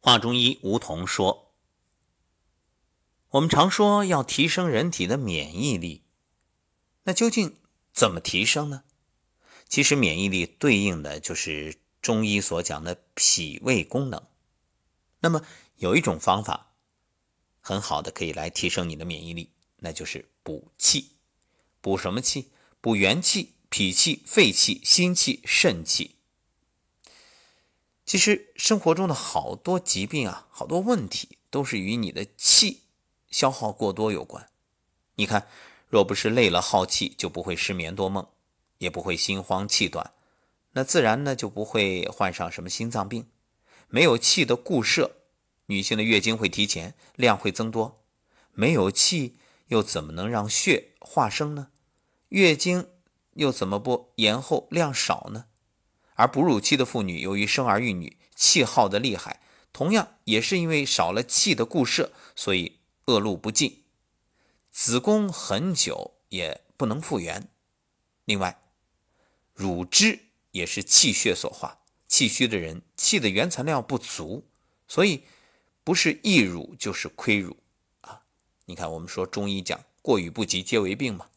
华中医吴桐说，我们常说要提升人体的免疫力，那究竟怎么提升呢？其实免疫力对应的就是中医所讲的脾胃功能。那么有一种方法很好的可以来提升你的免疫力，那就是补气。补什么气？补元气、脾气、肺气、心气、肾气。其实生活中的好多疾病好多问题都是与你的气消耗过多有关。你看，若不是累了耗气，就不会失眠多梦，也不会心慌气短，那自然呢就不会患上什么心脏病。没有气的固摄，女性的月经会提前，量会增多。没有气，又怎么能让血化生呢？月经又怎么不延后量少呢？而哺乳期的妇女由于生儿育女，气耗得厉害，同样也是因为少了气的固摄，所以恶露不尽，子宫很久也不能复原。另外，乳汁也是气血所化，气虚的人气的原材料不足，所以不是益乳就是亏乳你看我们说中医讲过与不及皆为病嘛。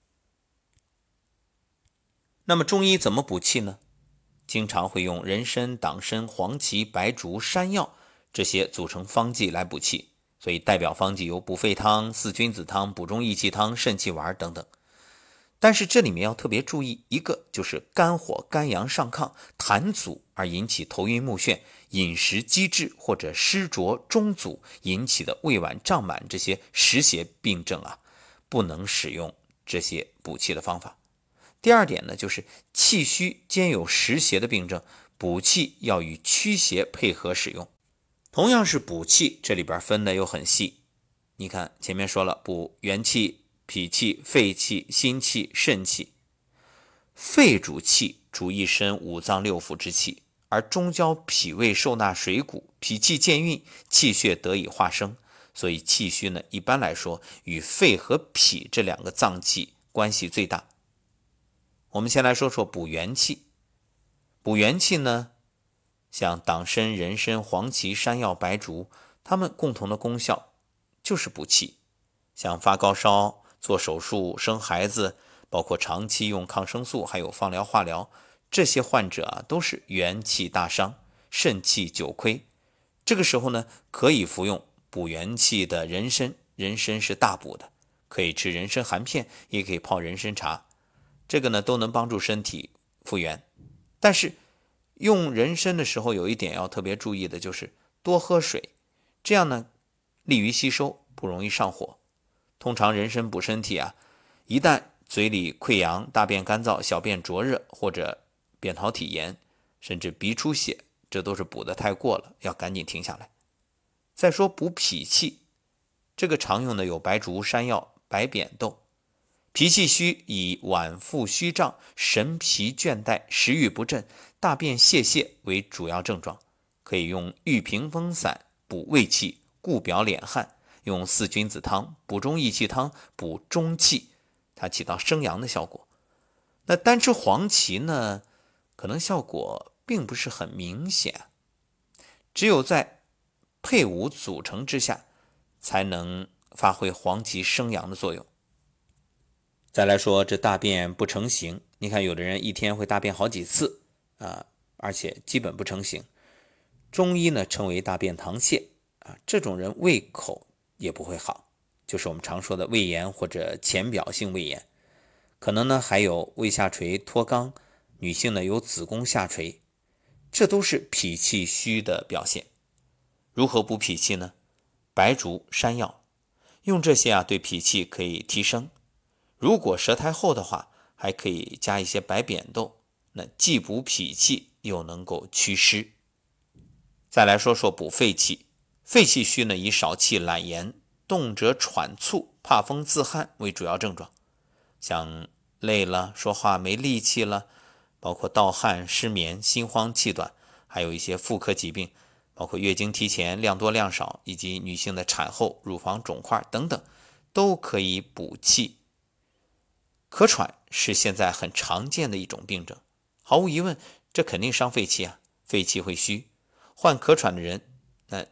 那么中医怎么补气呢？经常会用人参、党参、黄芪、白术、山药这些组成方剂来补气，所以代表方剂有补肺汤、四君子汤、补中益气汤、肾气丸等等。但是这里面要特别注意一个，就是肝火肝阳上亢痰阻而引起头晕目眩、饮食积滞或者湿浊中阻引起的胃脘胀满这些湿邪病症不能使用这些补气的方法。第二点呢，就是气虚兼有湿邪的病症，补气要与驱邪配合使用。同样是补气，这里边分的又很细。你看前面说了，补元气、脾气、肺气、心气、肾气。肺主气，主一身五脏六腑之气，而中焦脾胃受纳水谷，脾气健运，气血得以化生。所以气虚呢，一般来说与肺和脾这两个脏器关系最大。我们先来说说补元气。补元气呢，像党参、人参、黄芪、山药、白术，它们共同的功效就是补气。像发高烧、做手术、生孩子，包括长期用抗生素，还有放疗、化疗，这些患者都是元气大伤，肾气久亏。这个时候呢，可以服用补元气的人参，人参是大补的，可以吃人参含片，也可以泡人参茶。这个呢都能帮助身体复原。但是用人参的时候有一点要特别注意的，就是多喝水，这样呢利于吸收，不容易上火。通常人参补身体一旦嘴里溃疡、大便干燥、小便灼热或者扁桃体炎，甚至鼻出血，这都是补得太过了，要赶紧停下来。再说补脾气，这个常用的有白术、山药、白扁豆。脾气虚以脘腹虚胀、神疲倦怠、食欲不振、大便泄泻为主要症状，可以用玉屏风散补胃气、固表敛汗，用四君子汤、补中益气汤补中气，它起到生阳的效果。那单吃黄芪呢，可能效果并不是很明显，只有在配伍组成之下，才能发挥黄芪生阳的作用。再来说这大便不成形，你看有的人一天会大便好几次而且基本不成形，中医呢称为大便溏泻这种人胃口也不会好，就是我们常说的胃炎或者浅表性胃炎。可能呢还有胃下垂脱肛，女性呢有子宫下垂，这都是脾气虚的表现。如何补脾气呢？白术、山药，用这些对脾气可以提升。如果舌苔厚的话，还可以加一些白扁豆，那既补脾气又能够祛湿。再来说说补肺气。肺气虚呢，以少气懒言、动辄喘促、怕风自汗为主要症状，像累了、说话没力气了，包括盗汗、失眠、心慌气短，还有一些妇科疾病，包括月经提前、量多量少，以及女性的产后、乳房肿块等等，都可以补气。咳喘是现在很常见的一种病症，毫无疑问，这肯定伤肺气肺气会虚。患咳喘的人，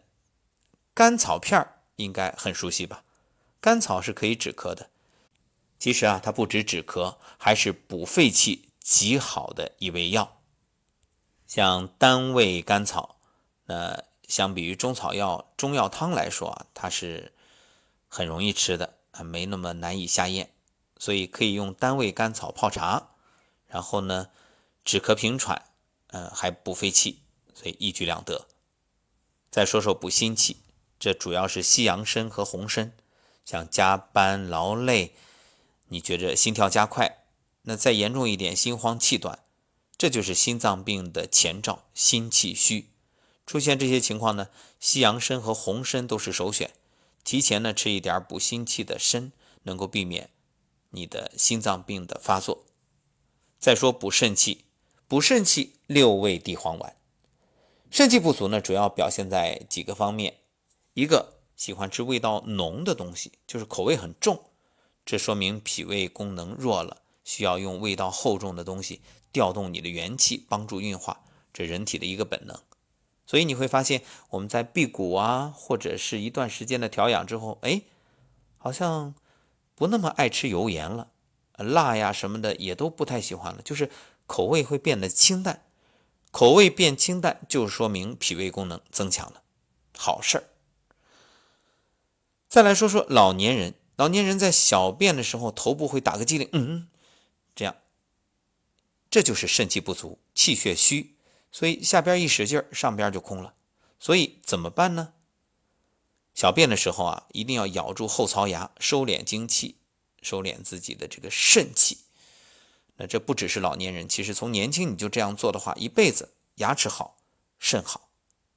甘草片应该很熟悉吧？甘草是可以止咳的，其实它不止止咳，还是补肺气极好的一味药。像单味甘草，相比于中草药、中药汤来说它是很容易吃的，没那么难以下咽，所以可以用单味甘草泡茶，然后呢止咳平喘，还补肺气，所以一举两得。再说说补心气，这主要是西洋参和红参。像加班劳累，你觉着心跳加快，那再严重一点心慌气短，这就是心脏病的前兆，心气虚。出现这些情况呢，西洋参和红参都是首选。提前呢吃一点补心气的参，能够避免你的心脏病的发作。再说补肾气，补肾气6味地黄丸。肾气不足呢，主要表现在几个方面。一个，喜欢吃味道浓的东西，就是口味很重，这说明脾胃功能弱了，需要用味道厚重的东西调动你的元气，帮助运化，这人体的一个本能。所以你会发现，我们在辟谷或者是一段时间的调养之后，好像不那么爱吃油盐了，辣呀什么的也都不太喜欢了，就是口味会变得清淡。口味变清淡，就说明脾胃功能增强了，好事儿。再来说说老年人，老年人在小便的时候头部会打个激灵，这样，这就是肾气不足，气血虚，所以下边一使劲，上边就空了。所以怎么办呢？小便的时候一定要咬住后槽牙，收敛精气，收敛自己的这个肾气。那这不只是老年人，其实从年轻你就这样做的话，一辈子牙齿好，肾好。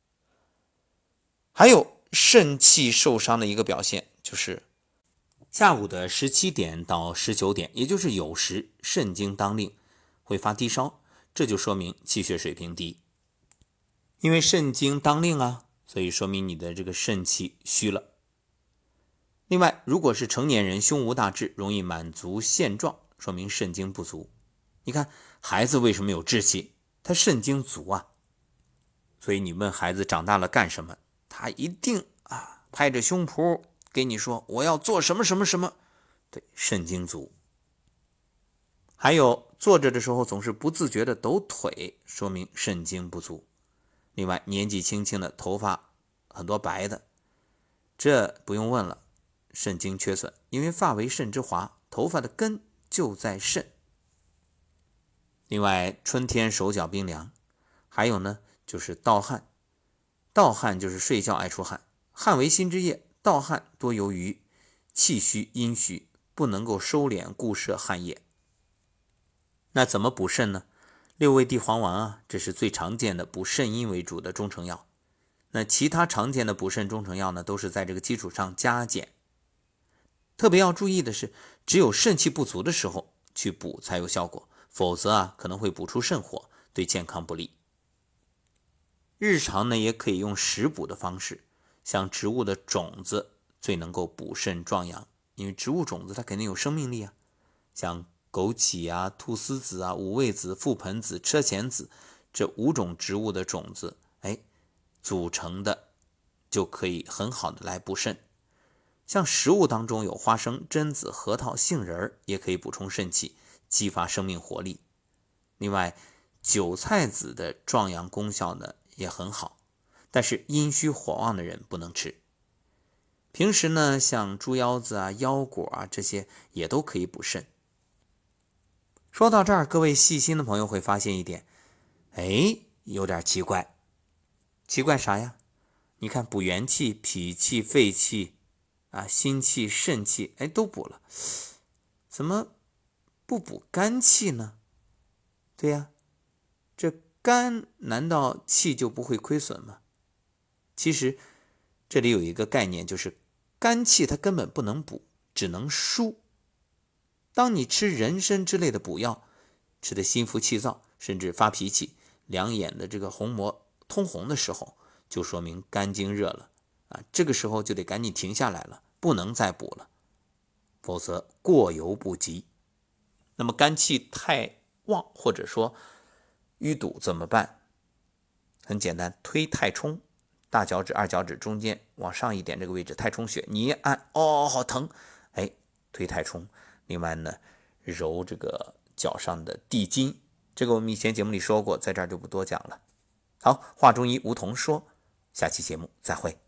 还有肾气受伤的一个表现，就是下午的17点到19点，也就是酉时，肾经当令，会发低烧，这就说明气血水平低。因为肾经当令所以说明你的这个肾气虚了。另外，如果是成年人，胸无大志，容易满足现状，说明肾精不足。你看孩子为什么有志气？他肾精足所以你问孩子长大了干什么，他一定拍着胸脯跟你说我要做什么什么什么。对，肾精足。还有坐着的时候总是不自觉的抖腿，说明肾精不足。另外，年纪轻轻的头发很多白的，这不用问了，肾精缺损，因为发为肾之华，头发的根就在肾。另外，春天手脚冰凉，还有呢就是盗汗。盗汗就是睡觉爱出汗，汗为心之液，盗汗多由于气虚阴虚，不能够收敛固摄汗液。那怎么补肾呢？6味地黄丸这是最常见的补肾阴为主的中成药。那其他常见的补肾中成药呢，都是在这个基础上加减。特别要注意的是，只有肾气不足的时候去补才有效果，否则可能会补出肾火，对健康不利。日常呢，也可以用食补的方式，像植物的种子最能够补肾壮阳，因为植物种子它肯定有生命力像枸杞菟丝子五味子、覆盆子、车前子这5种植物的种子，组成的就可以很好的来补肾。像食物当中有花生、榛子、核桃、杏仁，也可以补充肾气，激发生命活力。另外，韭菜籽的壮阳功效呢也很好，但是阴虚火旺的人不能吃。平时呢，像猪腰子腰果这些也都可以补肾。说到这儿，各位细心的朋友会发现一点，有点奇怪。奇怪啥呀？你看补元气、脾气、肺气心气、肾气都补了，怎么不补肝气呢？对呀，这肝难道气就不会亏损吗？其实这里有一个概念，就是肝气它根本不能补，只能疏。当你吃人参之类的补药，吃的心浮气躁，甚至发脾气，两眼的这个虹膜通红的时候，就说明肝经热了这个时候就得赶紧停下来了，不能再补了，否则过犹不及。那么肝气太旺或者说淤堵怎么办？很简单，推太冲， 大脚趾、二脚趾中间往上一点这个位置太冲穴，你一按，哦，好疼，哎，推太冲。另外呢，揉这个脚上的地筋，这个我们以前节目里说过，在这儿就不多讲了。好，华中医梧桐说，下期节目再会。